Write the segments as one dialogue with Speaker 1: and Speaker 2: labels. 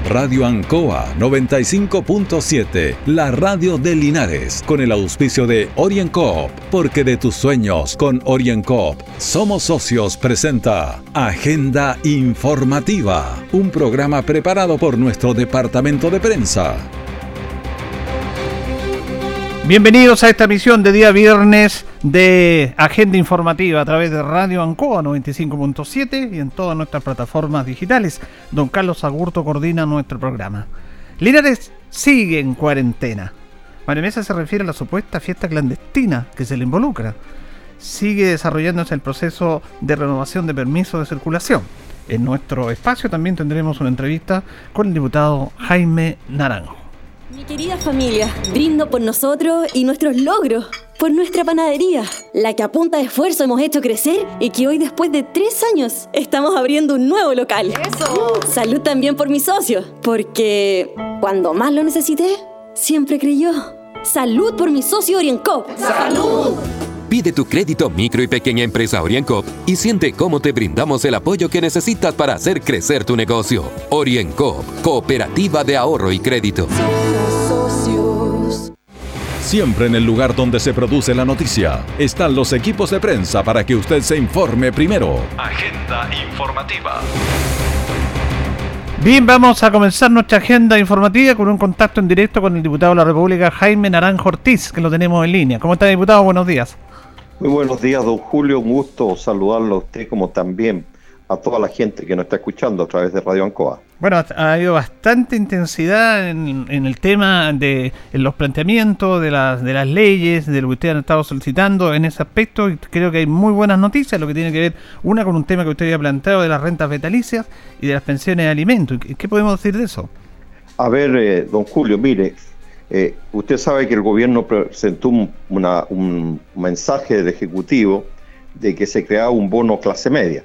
Speaker 1: Radio Ancoa 95.7, la radio de Linares, con el auspicio de OrienCoop, porque de tus sueños con OrienCoop somos socios, presenta Agenda Informativa, un programa preparado por nuestro departamento de prensa.
Speaker 2: Bienvenidos a esta emisión de día viernes de Agenda Informativa a través de Radio Ancoa 95.7 y en todas nuestras plataformas digitales. Don Carlos Agurto coordina nuestro programa. Linares sigue en cuarentena. María Mesa se refiere a la supuesta fiesta clandestina que se le involucra. Sigue desarrollándose el proceso de renovación de permisos de circulación. En nuestro espacio también tendremos una entrevista con el diputado Jaime Naranjo.
Speaker 3: Mi querida familia, brindo por nosotros y nuestros logros, por nuestra panadería, la que a punta de esfuerzo hemos hecho crecer y que hoy, después de 3 años, estamos abriendo un nuevo local. ¡Eso! Salud también por mis socios, porque cuando más lo necesité, siempre creyó. Salud por mi socio OrienCoop. ¡Salud!
Speaker 4: Pide tu crédito micro y pequeña empresa OrienCoop y siente cómo te brindamos el apoyo que necesitas para hacer crecer tu negocio. OrienCoop, cooperativa de ahorro y crédito.
Speaker 1: Siempre en el lugar donde se produce la noticia están los equipos de prensa para que usted se informe primero. Agenda Informativa.
Speaker 2: Bien, vamos a comenzar nuestra agenda informativa con un contacto en directo con el diputado de la República, Jaime Naranjo Ortiz, que lo tenemos en línea. ¿Cómo está, diputado? Buenos días.
Speaker 5: Muy buenos días, don Julio. Un gusto saludarlo a usted, como también a toda la gente que nos está escuchando a través de Radio Ancoa.
Speaker 2: Bueno, ha habido bastante intensidad en el tema de en los planteamientos de las leyes, de lo que ustedes han estado solicitando en ese aspecto, y creo que hay muy buenas noticias, lo que tiene que ver, una con un tema que usted había planteado de las rentas vitalicias y de las pensiones de alimentos. ¿Qué podemos decir de eso?
Speaker 5: A ver, don Julio, mire, usted sabe que el gobierno presentó un mensaje del Ejecutivo de que se creaba un bono clase media.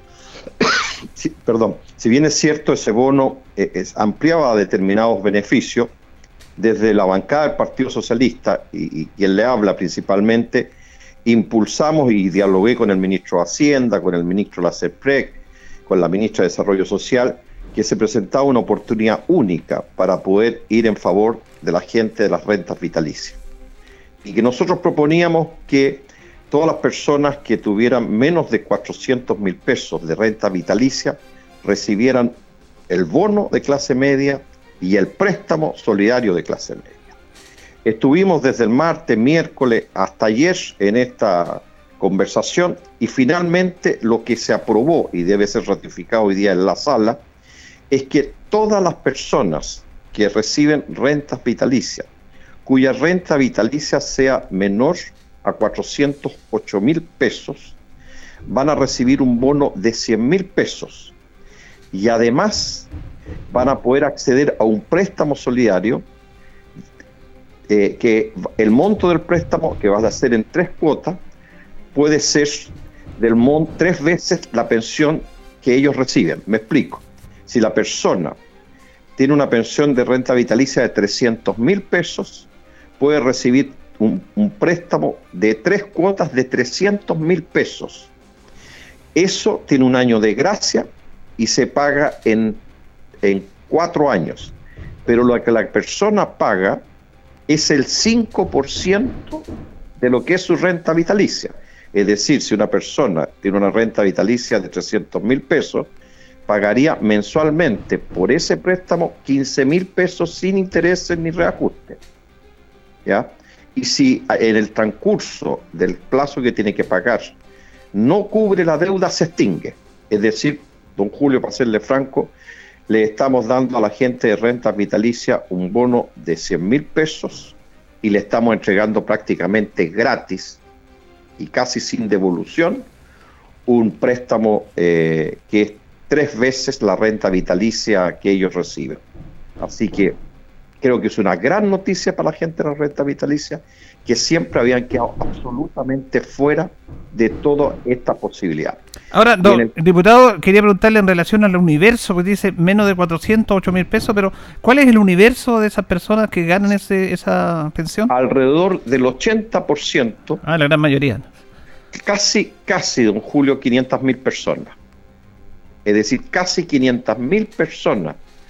Speaker 5: Si bien es cierto, ese bono ampliaba determinados beneficios, desde la bancada del Partido Socialista, y quien le habla principalmente, impulsamos y dialogué con el ministro de Hacienda, con el ministro de la CEPREC, con la ministra de Desarrollo Social, que se presentaba una oportunidad única para poder ir en favor de la gente de las rentas vitalicias. Y que nosotros proponíamos que todas las personas que tuvieran menos de 400.000 pesos de renta vitalicia recibieran el bono de clase media y el préstamo solidario de clase media. Estuvimos desde el martes, miércoles hasta ayer en esta conversación, y finalmente lo que se aprobó y debe ser ratificado hoy día en la sala es que todas las personas que reciben rentas vitalicias, cuya renta vitalicia sea menor a 408.000 pesos, van a recibir un bono de 100.000 pesos, y además van a poder acceder a un préstamo solidario, que el monto del préstamo, que va a ser en 3 cuotas, puede ser 3 veces la pensión que ellos reciben. Me explico. Si la persona tiene una pensión de renta vitalicia de 300.000 pesos, puede recibir un préstamo de 3 cuotas de 300.000 pesos. Eso tiene un año de gracia y se paga en 4 años. Pero lo que la persona paga es el 5% de lo que es su renta vitalicia. Es decir, si una persona tiene una renta vitalicia de 300.000 pesos, pagaría mensualmente por ese préstamo 15.000 pesos sin intereses ni reajuste. ¿Ya? Y si en el transcurso del plazo que tiene que pagar no cubre la deuda, se extingue. Es decir, don Julio, para serle franco, le estamos dando a la gente de renta vitalicia un bono de 100.000 pesos y le estamos entregando prácticamente gratis y casi sin devolución un préstamo que es 3 veces la renta vitalicia que ellos reciben. Así que creo que es una gran noticia para la gente de la renta vitalicia, que siempre habían quedado absolutamente fuera de toda esta posibilidad.
Speaker 2: Ahora, diputado, quería preguntarle en relación al universo, que dice menos de 408.000 pesos, pero ¿cuál es el universo de esas personas que ganan esa pensión?
Speaker 5: Alrededor del 80%.
Speaker 2: Ah, la gran mayoría.
Speaker 5: Casi, don Julio, 500.000 personas. Es decir, casi 500.000 personas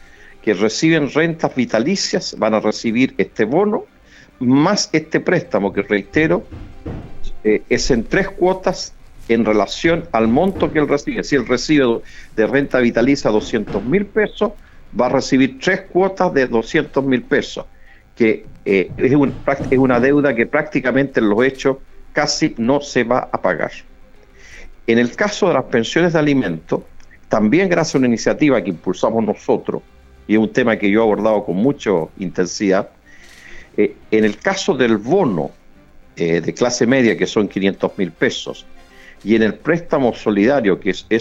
Speaker 5: que reciben rentas vitalicias van a recibir este bono, más este préstamo, que reitero, es en 3 cuotas en relación al monto que él recibe. Si él recibe de renta vitalicia 200.000 pesos, va a recibir 3 cuotas de 200.000 pesos, que es una deuda que prácticamente en los hechos casi no se va a pagar. En el caso de las pensiones de alimentos, también gracias a una iniciativa que impulsamos nosotros, y es un tema que yo he abordado con mucha intensidad, en el caso del bono de clase media, que son 500.000 pesos, y en el préstamo solidario, que es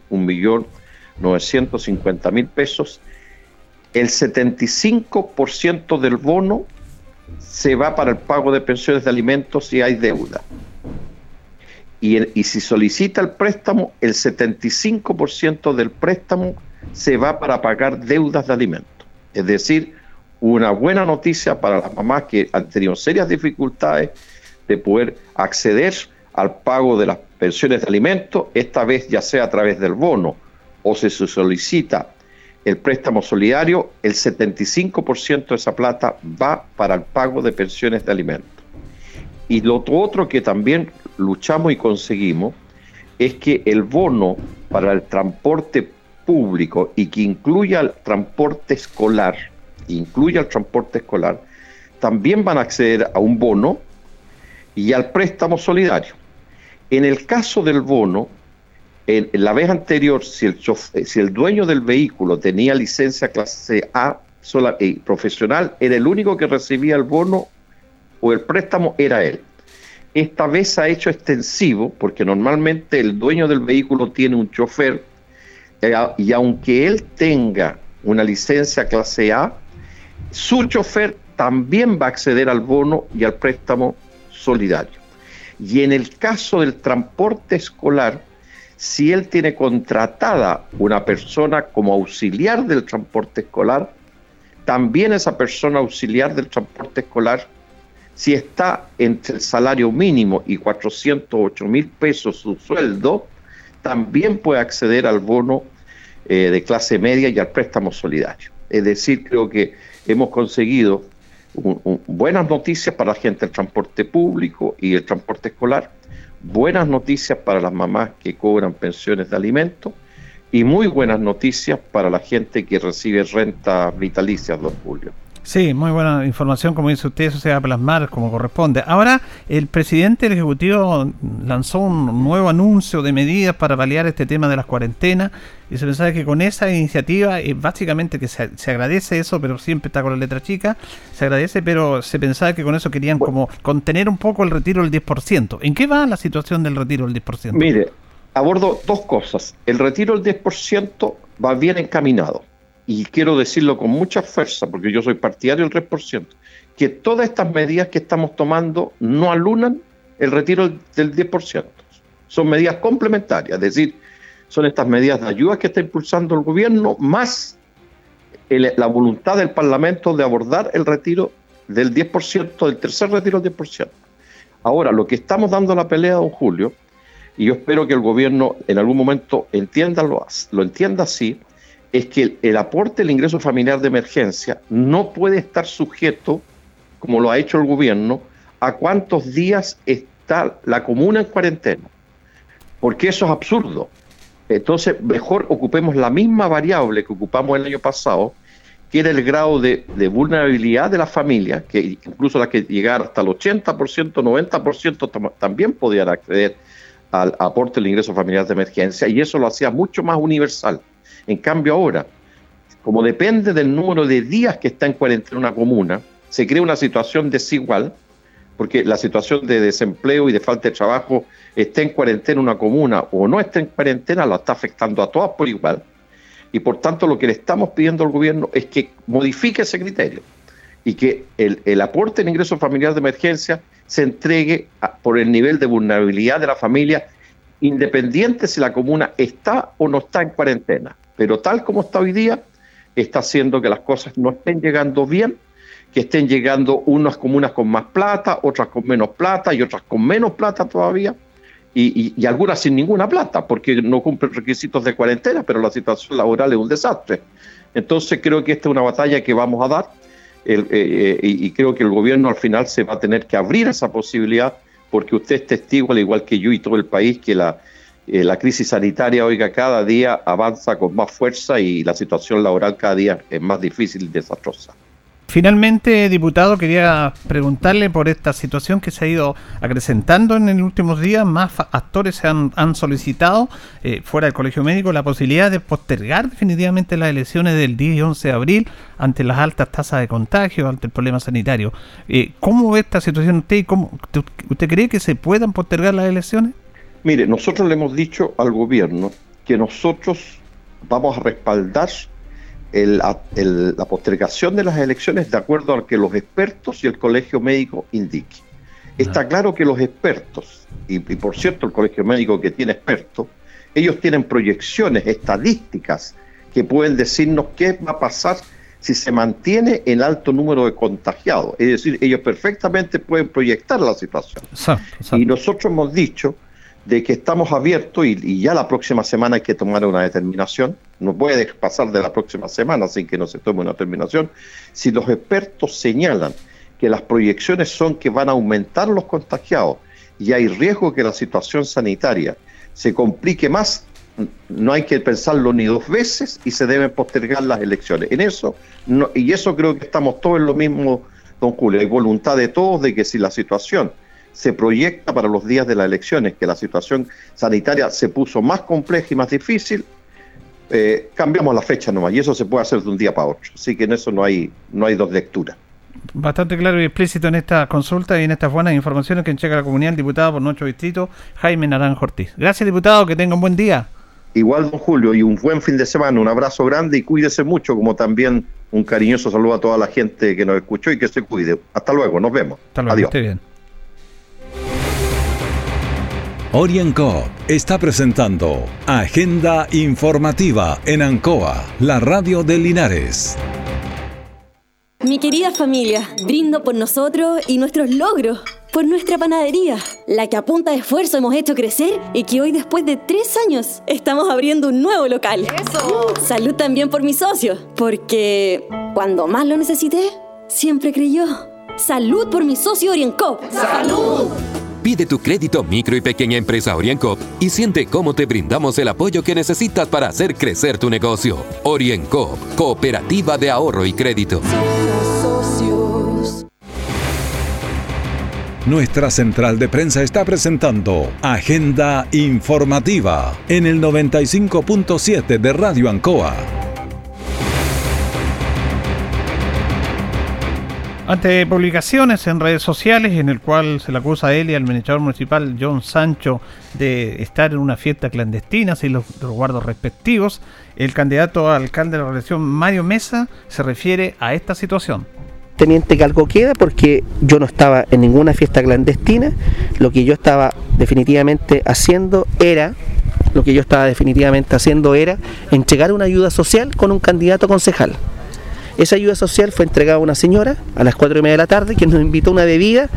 Speaker 5: 1.950.000 pesos, el 75% del bono se va para el pago de pensiones de alimentos si hay deuda. Y si solicita el préstamo, el 75% del préstamo se va para pagar deudas de alimentos. Es decir, una buena noticia para las mamás que han tenido serias dificultades de poder acceder al pago de las pensiones de alimentos, esta vez ya sea a través del bono o si se solicita el préstamo solidario, el 75% de esa plata va para el pago de pensiones de alimentos. Y lo otro que también luchamos y conseguimos es que el bono para el transporte público y que incluya el transporte escolar, también van a acceder a un bono y al préstamo solidario. En el caso del bono, en la vez anterior, si el dueño del vehículo tenía licencia clase A profesional, era el único que recibía el bono o el préstamo, era él. Esta vez se ha hecho extensivo, porque normalmente el dueño del vehículo tiene un chofer, y aunque él tenga una licencia clase A, su chofer también va a acceder al bono y al préstamo solidario. Y en el caso del transporte escolar, si él tiene contratada una persona como auxiliar del transporte escolar, también esa persona auxiliar del transporte escolar, si está entre el salario mínimo y 408.000 pesos su sueldo, también puede acceder al bono de clase media y al préstamo solidario. Es decir, creo que hemos conseguido buenas noticias para la gente del transporte público y el transporte escolar, buenas noticias para las mamás que cobran pensiones de alimentos y muy buenas noticias para la gente que recibe rentas vitalicias, don Julio.
Speaker 2: Sí, muy buena información, como dice usted, eso se va a plasmar como corresponde. Ahora, el presidente del Ejecutivo lanzó un nuevo anuncio de medidas para paliar este tema de las cuarentenas, y se pensaba que con esa iniciativa, básicamente que se agradece eso, pero siempre está con la letra chica, se agradece, pero se pensaba que con eso querían como contener un poco el retiro del 10%. ¿En qué va la situación del retiro del 10%?
Speaker 5: Mire, abordo dos cosas. El retiro del 10% va bien encaminado. Y quiero decirlo con mucha fuerza, porque yo soy partidario del 3%, que todas estas medidas que estamos tomando no anulan el retiro del 10%. Son medidas complementarias, es decir, son estas medidas de ayuda que está impulsando el gobierno, más la voluntad del Parlamento de abordar el retiro del 10%, del tercer retiro del 10%. Ahora, lo que estamos dando la pelea, don Julio, y yo espero que el gobierno en algún momento lo entienda así, es que el aporte del ingreso familiar de emergencia no puede estar sujeto, como lo ha hecho el gobierno, a cuántos días está la comuna en cuarentena, porque eso es absurdo. Entonces, mejor ocupemos la misma variable que ocupamos el año pasado, que era el grado de vulnerabilidad de la familia, que incluso la que llegara hasta el 80%, 90% también podían acceder al aporte del ingreso familiar de emergencia, y eso lo hacía mucho más universal. En cambio ahora, como depende del número de días que está en cuarentena una comuna, se crea una situación desigual, porque la situación de desempleo y de falta de trabajo, esté en cuarentena una comuna o no esté en cuarentena, la está afectando a todas por igual. Y por tanto lo que le estamos pidiendo al gobierno es que modifique ese criterio y que el aporte en ingreso familiar de emergencia se entregue por el nivel de vulnerabilidad de la familia, independiente si la comuna está o no está en cuarentena. Pero tal como está hoy día, está haciendo que las cosas no estén llegando bien, que estén llegando unas comunas con más plata, otras con menos plata y otras con menos plata todavía, y algunas sin ninguna plata, porque no cumplen requisitos de cuarentena, pero la situación laboral es un desastre. Entonces creo que esta es una batalla que vamos a dar y creo que el gobierno al final se va a tener que abrir esa posibilidad, porque usted es testigo, al igual que yo y todo el país, que la crisis sanitaria, oiga, cada día avanza con más fuerza y la situación laboral cada día es más difícil y desastrosa.
Speaker 2: Finalmente, diputado, quería preguntarle por esta situación que se ha ido acrecentando en los últimos días. Más actores se han solicitado, fuera del Colegio Médico, la posibilidad de postergar definitivamente las elecciones del 10 y 11 de abril ante las altas tasas de contagio, ante el problema sanitario. ¿Cómo ve esta situación usted y usted cree que se puedan postergar las elecciones?
Speaker 5: Mire, nosotros le hemos dicho al gobierno que nosotros vamos a respaldar la postergación de las elecciones de acuerdo a lo que los expertos y el Colegio Médico indiquen. Está claro que los expertos, y por cierto el Colegio Médico que tiene expertos, ellos tienen proyecciones estadísticas que pueden decirnos qué va a pasar si se mantiene el alto número de contagiados. Es decir, ellos perfectamente pueden proyectar la situación. Exacto. Y nosotros hemos dicho de que estamos abiertos y ya la próxima semana hay que tomar una determinación. No puede pasar de la próxima semana sin que no se tome una determinación. Si los expertos señalan que las proyecciones son que van a aumentar los contagiados y hay riesgo que la situación sanitaria se complique más, no hay que pensarlo ni dos veces y se deben postergar las elecciones. En eso, y eso creo que estamos todos en lo mismo, don Julio. Hay voluntad de todos de que si la situación se proyecta para los días de las elecciones, que la situación sanitaria se puso más compleja y más difícil, cambiamos la fecha nomás, y eso se puede hacer de un día para otro. Así que en eso no hay dos lecturas.
Speaker 2: Bastante claro y explícito en esta consulta y en estas buenas informaciones que entrega la comunidad el diputado por nuestro distrito, Jaime Naranjo Ortiz. Gracias, diputado, que tenga un buen día.
Speaker 5: Igual, don Julio, y un buen fin de semana, un abrazo grande y cuídese mucho, como también un cariñoso saludo a toda la gente que nos escuchó y que se cuide. Hasta luego, nos vemos.
Speaker 2: Hasta luego,
Speaker 5: adiós.
Speaker 2: Esté bien.
Speaker 1: OrienCoop está presentando Agenda Informativa en Ancoa, la radio de Linares.
Speaker 3: Mi querida familia, brindo por nosotros y nuestros logros, por nuestra panadería, la que a punta de esfuerzo hemos hecho crecer y que hoy, después de 3 años, estamos abriendo un nuevo local. ¡Eso! Salud también por mi socio, porque cuando más lo necesité, siempre creyó. Salud por mi socio OrienCoop. ¡Salud!
Speaker 4: Pide tu crédito micro y pequeña empresa OrienCoop y siente cómo te brindamos el apoyo que necesitas para hacer crecer tu negocio. OrienCoop, Cooperativa de Ahorro y Crédito.
Speaker 1: Nuestra central de prensa está presentando Agenda Informativa en el 95.7 de Radio Ancoa.
Speaker 2: Ante publicaciones en redes sociales en el cual se le acusa a él y al administrador municipal John Sancho de estar en una fiesta clandestina sin los resguardos respectivos, el candidato a alcalde de la región, Mario Mesa, se refiere a esta situación.
Speaker 6: Teniente, que algo queda, porque yo no estaba en ninguna fiesta clandestina. Lo que yo estaba definitivamente haciendo era entregar una ayuda social con un candidato concejal. Esa ayuda social fue entregada a una señora a las 4:30 de la tarde, que nos invitó a una bebida,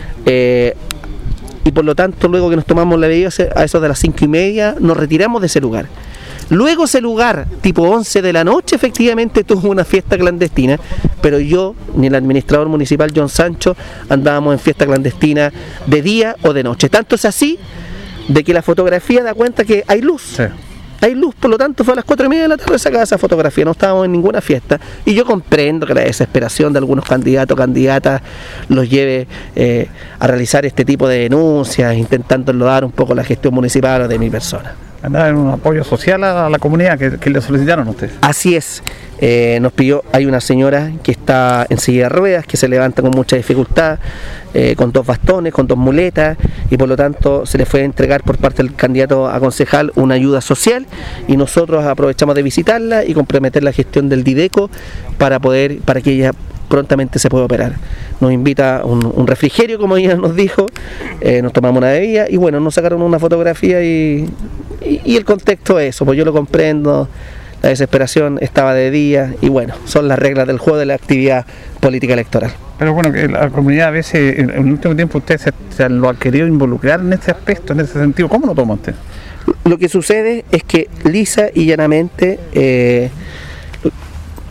Speaker 6: y por lo tanto, luego que nos tomamos la bebida, a eso de las 5:30, nos retiramos de ese lugar. Luego ese lugar, tipo 11 de la noche, efectivamente tuvo una fiesta clandestina, pero yo, ni el administrador municipal John Sancho, andábamos en fiesta clandestina de día o de noche. Tanto es así, de que la fotografía da cuenta que hay luz. Sí. Hay luz, por lo tanto fue a las 4:30 de la tarde sacada esa fotografía, no estábamos en ninguna fiesta. Y yo comprendo que la desesperación de algunos candidatos o candidatas los lleve a realizar este tipo de denuncias, intentando enlodar un poco la gestión municipal o de mi persona.
Speaker 2: Andaba en un apoyo social a la comunidad que le solicitaron a ustedes.
Speaker 6: Así es. Nos pidió, hay una señora que está en silla de ruedas, que se levanta con mucha dificultad, con 2 bastones, con 2 muletas, y por lo tanto se le fue a entregar por parte del candidato a concejal una ayuda social, y nosotros aprovechamos de visitarla y comprometer la gestión del Dideco para que ella prontamente se pueda operar. Nos invita un refrigerio, como ella nos dijo, nos tomamos una bebida y bueno, nos sacaron una fotografía y el contexto es eso, pues yo lo comprendo. La desesperación estaba de día y bueno, son las reglas del juego de la actividad política electoral.
Speaker 2: Pero bueno, que la comunidad a veces, en el último tiempo usted se lo ha querido involucrar en este aspecto, en ese sentido. ¿Cómo lo toma usted?
Speaker 6: Lo que sucede es que lisa y llanamente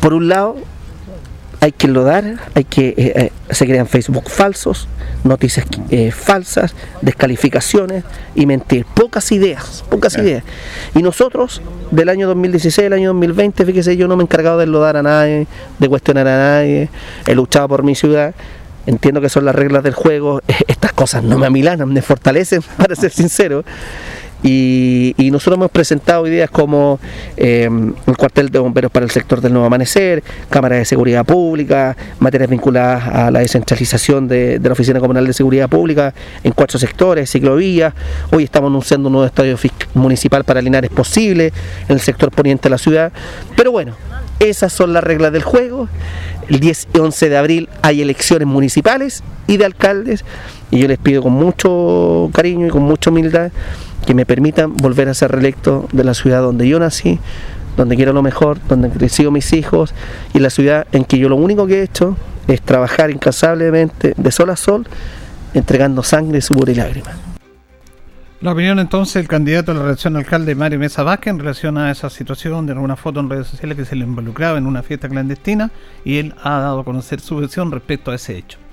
Speaker 6: por un lado, hay que enlodar, se crean Facebook falsos, noticias falsas, descalificaciones y mentir. Pocas ideas. Y nosotros, del año 2016 al año 2020, fíjese, yo no me he encargado de enlodar a nadie, de cuestionar a nadie, he luchado por mi ciudad. Entiendo que son las reglas del juego, estas cosas no me amilanan, me fortalecen, para ser sincero. Y nosotros hemos presentado ideas como el cuartel de bomberos para el sector del Nuevo Amanecer, cámaras de seguridad pública, materias vinculadas a la descentralización de la Oficina Comunal de Seguridad Pública en 4 sectores, ciclovías. Hoy estamos anunciando un nuevo estadio municipal para Linares posible en el sector poniente de la ciudad. Pero bueno, esas son las reglas del juego. El 10 y 11 de abril hay elecciones municipales y de alcaldes, y yo les pido con mucho cariño y con mucha humildad que me permitan volver a ser reelecto de la ciudad donde yo nací, donde quiero lo mejor, donde han crecido mis hijos, y la ciudad en que yo lo único que he hecho es trabajar incansablemente de sol a sol, entregando sangre, sudor y lágrimas.
Speaker 2: La opinión entonces del candidato a la reelección alcalde Mario Mesa Vázquez en relación a esa situación de alguna foto en redes sociales que se le involucraba en una fiesta clandestina, y él ha dado a conocer su versión respecto a ese hecho.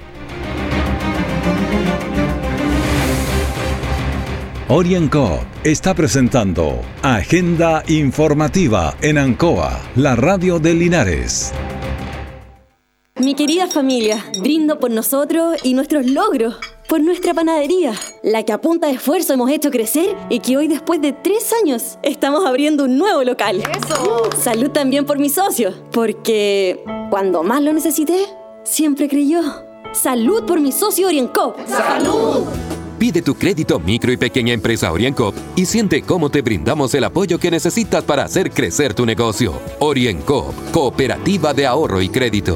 Speaker 1: OrienCoop está presentando Agenda Informativa en Ancoa, la radio de Linares.
Speaker 3: Mi querida familia, brindo por nosotros y nuestros logros, por nuestra panadería, la que a punta de esfuerzo hemos hecho crecer y que hoy, después de 3 años, estamos abriendo un nuevo local. ¡Eso! Salud también por mis socios, porque cuando más lo necesité, siempre creyó. Salud por mi socio OrienCoop. ¡Salud!
Speaker 4: Pide tu crédito micro y pequeña empresa OrienCoop y siente cómo te brindamos el apoyo que necesitas para hacer crecer tu negocio. OrienCoop, cooperativa de ahorro y crédito.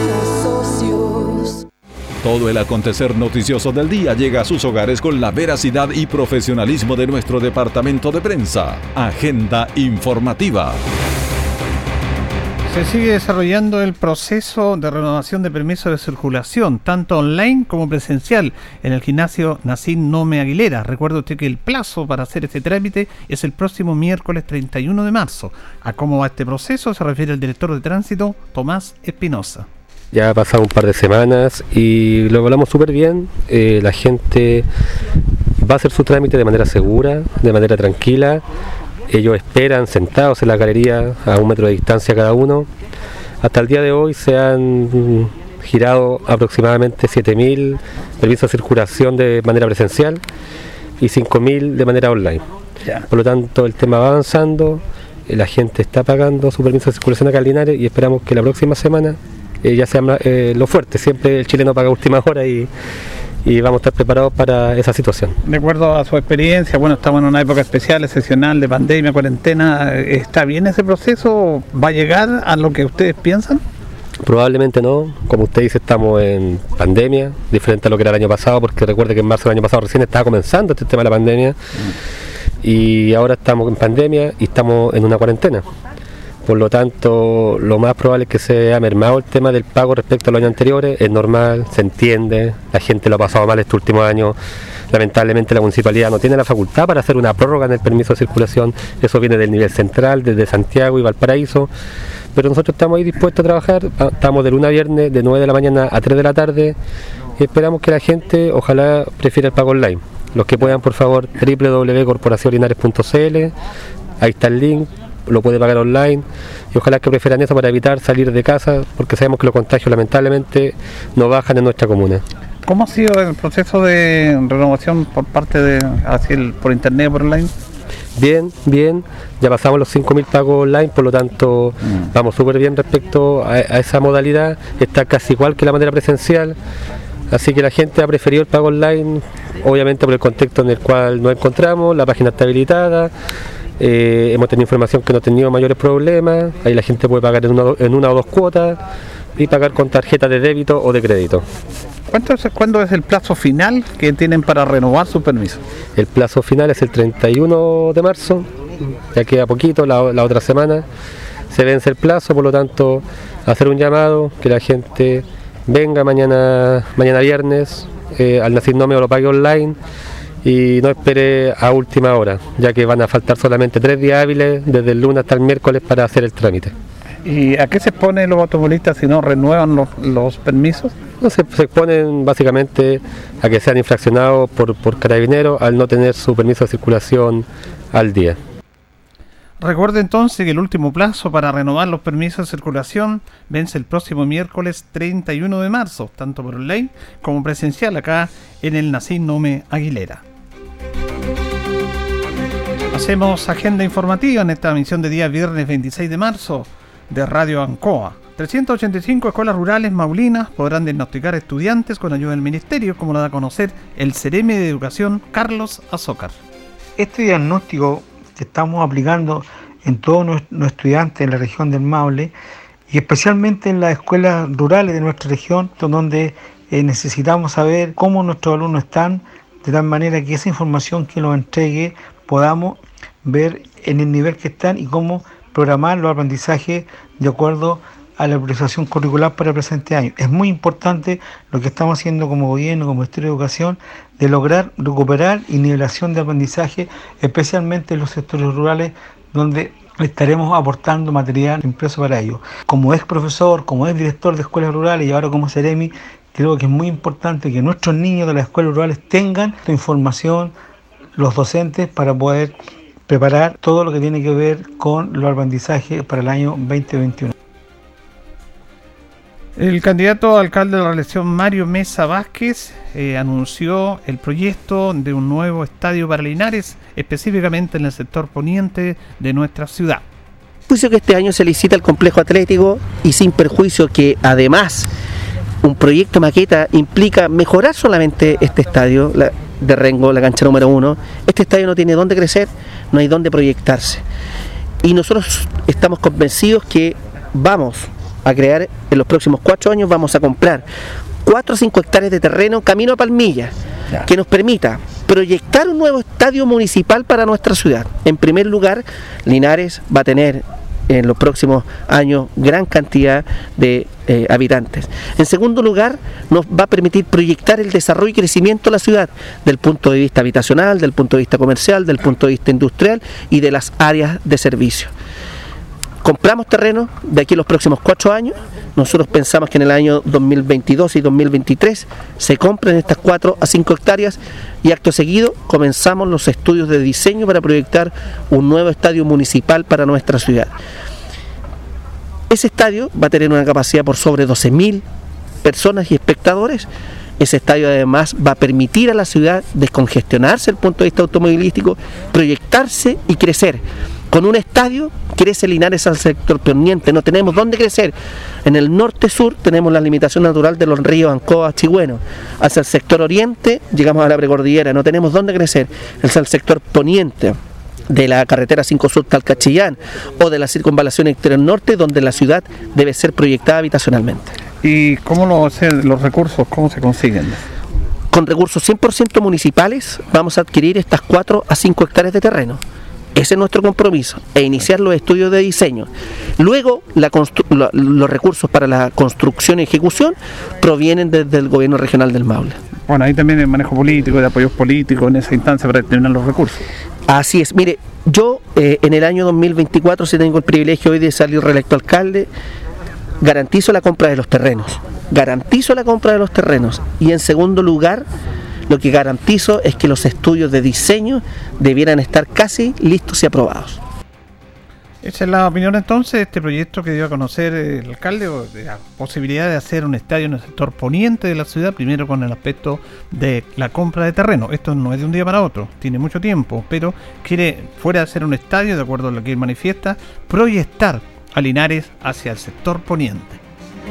Speaker 1: Todo el acontecer noticioso del día llega a sus hogares con la veracidad y profesionalismo de nuestro departamento de prensa. Agenda Informativa.
Speaker 2: Se sigue desarrollando el proceso de renovación de permisos de circulación, tanto online como presencial, en el gimnasio Nacín Nome Aguilera. Recuerde usted que el plazo para hacer este trámite es el próximo miércoles 31 de marzo. ¿A cómo va este proceso? Se refiere el director de tránsito, Tomás Espinosa.
Speaker 7: Ya ha pasado un par de semanas y lo hablamos súper bien. La gente va a hacer su trámite de manera segura, de manera tranquila. Ellos esperan sentados en la galería a 1 metro de distancia cada uno. Hasta el día de hoy se han girado aproximadamente 7.000 permisos de circulación de manera presencial y 5.000 de manera online. Por lo tanto, el tema va avanzando, la gente está pagando su permiso de circulación acá en Linares y esperamos que la próxima semana ya sea lo fuerte. Siempre el chileno paga a última hora y vamos a estar preparados para esa situación.
Speaker 2: De acuerdo a su experiencia, bueno, estamos en una época especial, excepcional, de pandemia, cuarentena. ¿Está bien ese proceso? ¿Va a llegar a lo que ustedes piensan?
Speaker 7: Probablemente no. Como usted dice, estamos en pandemia, diferente a lo que era el año pasado, porque recuerde que en marzo del año pasado recién estaba comenzando este tema de la pandemia, y ahora estamos en pandemia y estamos en una cuarentena. Por lo tanto, lo más probable es que se haya mermado el tema del pago respecto a los años anteriores. Es normal, se entiende, la gente lo ha pasado mal este último año. Lamentablemente la municipalidad no tiene la facultad para hacer una prórroga en el permiso de circulación. Eso viene del nivel central, desde Santiago y Valparaíso. Pero nosotros estamos ahí dispuestos a trabajar. Estamos de lunes a viernes, de 9 de la mañana a 3 de la tarde. Y esperamos que la gente, ojalá, prefiera el pago online. Los que puedan, por favor, www.corporacionlinares.cl. Ahí está el link. Lo puede pagar online y ojalá que prefieran eso para evitar salir de casa, porque sabemos que los contagios lamentablemente no bajan en nuestra comuna.
Speaker 2: ¿Cómo ha sido el proceso de renovación por parte de por internet o por online?
Speaker 7: Bien, ya pasamos los 5.000 pagos online, por lo tanto vamos súper bien respecto a esa modalidad. Está casi igual que la manera presencial, así que la gente ha preferido el pago online, obviamente por el contexto en el cual nos encontramos. La página está habilitada. Hemos tenido información que no ha tenido mayores problemas. Ahí la gente puede pagar en una o dos cuotas y pagar con tarjeta de débito o de crédito.
Speaker 2: ¿Cuándo es el plazo final que tienen para renovar su permiso?
Speaker 7: El plazo final es el 31 de marzo, ya queda poquito, la otra semana se vence el plazo, por lo tanto hacer un llamado, que la gente venga mañana viernes al Nacín Nome o lo pague online. Y no espere a última hora, ya que van a faltar solamente 3 días hábiles, desde el lunes hasta el miércoles, para hacer el trámite.
Speaker 2: ¿Y a qué se exponen los automovilistas si no renuevan los permisos?
Speaker 7: No, se exponen básicamente a que sean infraccionados por carabineros al no tener su permiso de circulación al día.
Speaker 2: Recuerde entonces que el último plazo para renovar los permisos de circulación vence el próximo miércoles 31 de marzo, tanto por online como presencial acá en el Nacín Nome Aguilera. Hacemos agenda informativa en esta emisión de día viernes 26 de marzo de Radio Ancoa. 385 escuelas rurales maulinas podrán diagnosticar estudiantes con ayuda del Ministerio, como lo da a conocer el Ceremi de Educación, Carlos Azócar.
Speaker 8: Este diagnóstico que estamos aplicando en todos nuestros estudiantes en la región del Maule y especialmente en las escuelas rurales de nuestra región, donde necesitamos saber cómo nuestros alumnos están, de tal manera que esa información que nos entregue podamos ver en el nivel que están y cómo programar los aprendizajes de acuerdo a la priorización curricular para el presente año. Es muy importante lo que estamos haciendo como gobierno, como Ministerio de Educación, de lograr recuperar y nivelación de aprendizaje, especialmente en los sectores rurales, donde estaremos aportando material impreso para ello. Como ex profesor, como ex director de escuelas rurales y ahora como Ceremi, creo que es muy importante que nuestros niños de las escuelas rurales tengan esta información, los docentes, para poder preparar todo lo que tiene que ver con los aprendizajes para el año 2021.
Speaker 2: El candidato a alcalde de la reelección, Mario Mesa Vázquez, anunció el proyecto de un nuevo estadio para Linares, específicamente en el sector poniente de nuestra ciudad.
Speaker 6: Juicio que este año se licita el complejo atlético y sin perjuicio que además un proyecto maqueta implica mejorar solamente este estadio de Rengo, la cancha número 1. Este estadio no tiene dónde crecer, no hay dónde proyectarse. Y nosotros estamos convencidos que vamos a crear, en los próximos 4 años vamos a comprar 4 o 5 hectáreas de terreno camino a Palmilla, que nos permita proyectar un nuevo estadio municipal para nuestra ciudad. En primer lugar, Linares va a tener en los próximos años gran cantidad de habitantes. En segundo lugar, nos va a permitir proyectar el desarrollo y crecimiento de la ciudad, del punto de vista habitacional, del punto de vista comercial, del punto de vista industrial y de las áreas de servicio. Compramos terreno de aquí a los próximos 4 años. Nosotros pensamos que en el año 2022 y 2023 se compren estas 4 a 5 hectáreas y acto seguido comenzamos los estudios de diseño para proyectar un nuevo estadio municipal para nuestra ciudad. Ese estadio va a tener una capacidad por sobre 12.000 personas y espectadores. Ese estadio además va a permitir a la ciudad descongestionarse desde el punto de vista automovilístico, proyectarse y crecer. Con un estadio crece Linares al sector poniente, no tenemos dónde crecer. En el norte-sur tenemos la limitación natural de los ríos Ancoa, Chigüeno. Hacia el sector oriente llegamos a la precordillera, no tenemos dónde crecer. Hacia el sector poniente de la carretera 5 Sur Talcachillán o de la circunvalación exterior norte, donde la ciudad debe ser proyectada habitacionalmente.
Speaker 2: ¿Y cómo los recursos, cómo se consiguen?
Speaker 6: Con recursos 100% municipales vamos a adquirir estas 4 a 5 hectáreas de terreno. Ese es nuestro compromiso, e iniciar los estudios de diseño. Luego, los recursos para la construcción y ejecución provienen desde el gobierno regional del Maule.
Speaker 2: Bueno, ahí también el manejo político, de apoyos políticos en esa instancia para determinar los recursos.
Speaker 6: Así es. Mire, yo en el año 2024, si tengo el privilegio hoy de salir reelecto alcalde, garantizo la compra de los terrenos. Y en segundo lugar, lo que garantizo es que los estudios de diseño debieran estar casi listos y aprobados.
Speaker 2: Esa es la opinión entonces de este proyecto que dio a conocer el alcalde, de la posibilidad de hacer un estadio en el sector poniente de la ciudad, primero con el aspecto de la compra de terreno. Esto no es de un día para otro, tiene mucho tiempo, pero quiere, fuera de hacer un estadio, de acuerdo a lo que él manifiesta, proyectar a Linares hacia el sector poniente.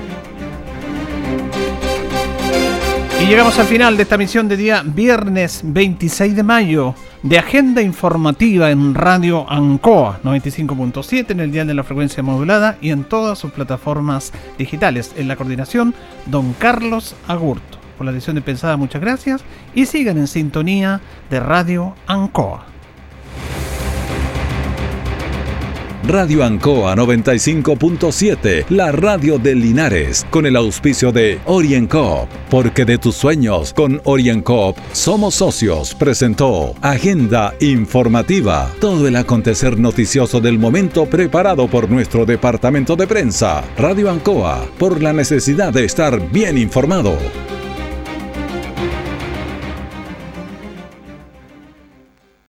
Speaker 2: Y llegamos al final de esta emisión de día viernes 26 de mayo de Agenda Informativa en Radio Ancoa 95.7 en el dial de la frecuencia modulada y en todas sus plataformas digitales. En la coordinación, don Carlos Agurto. Por la edición de Pensada, muchas gracias y sigan en sintonía de Radio Ancoa.
Speaker 1: Radio Ancoa 95.7, la radio de Linares, con el auspicio de OrienCoop, porque de tus sueños con OrienCoop somos socios, presentó Agenda Informativa, todo el acontecer noticioso del momento preparado por nuestro departamento de prensa. Radio Ancoa, por la necesidad de estar bien informado.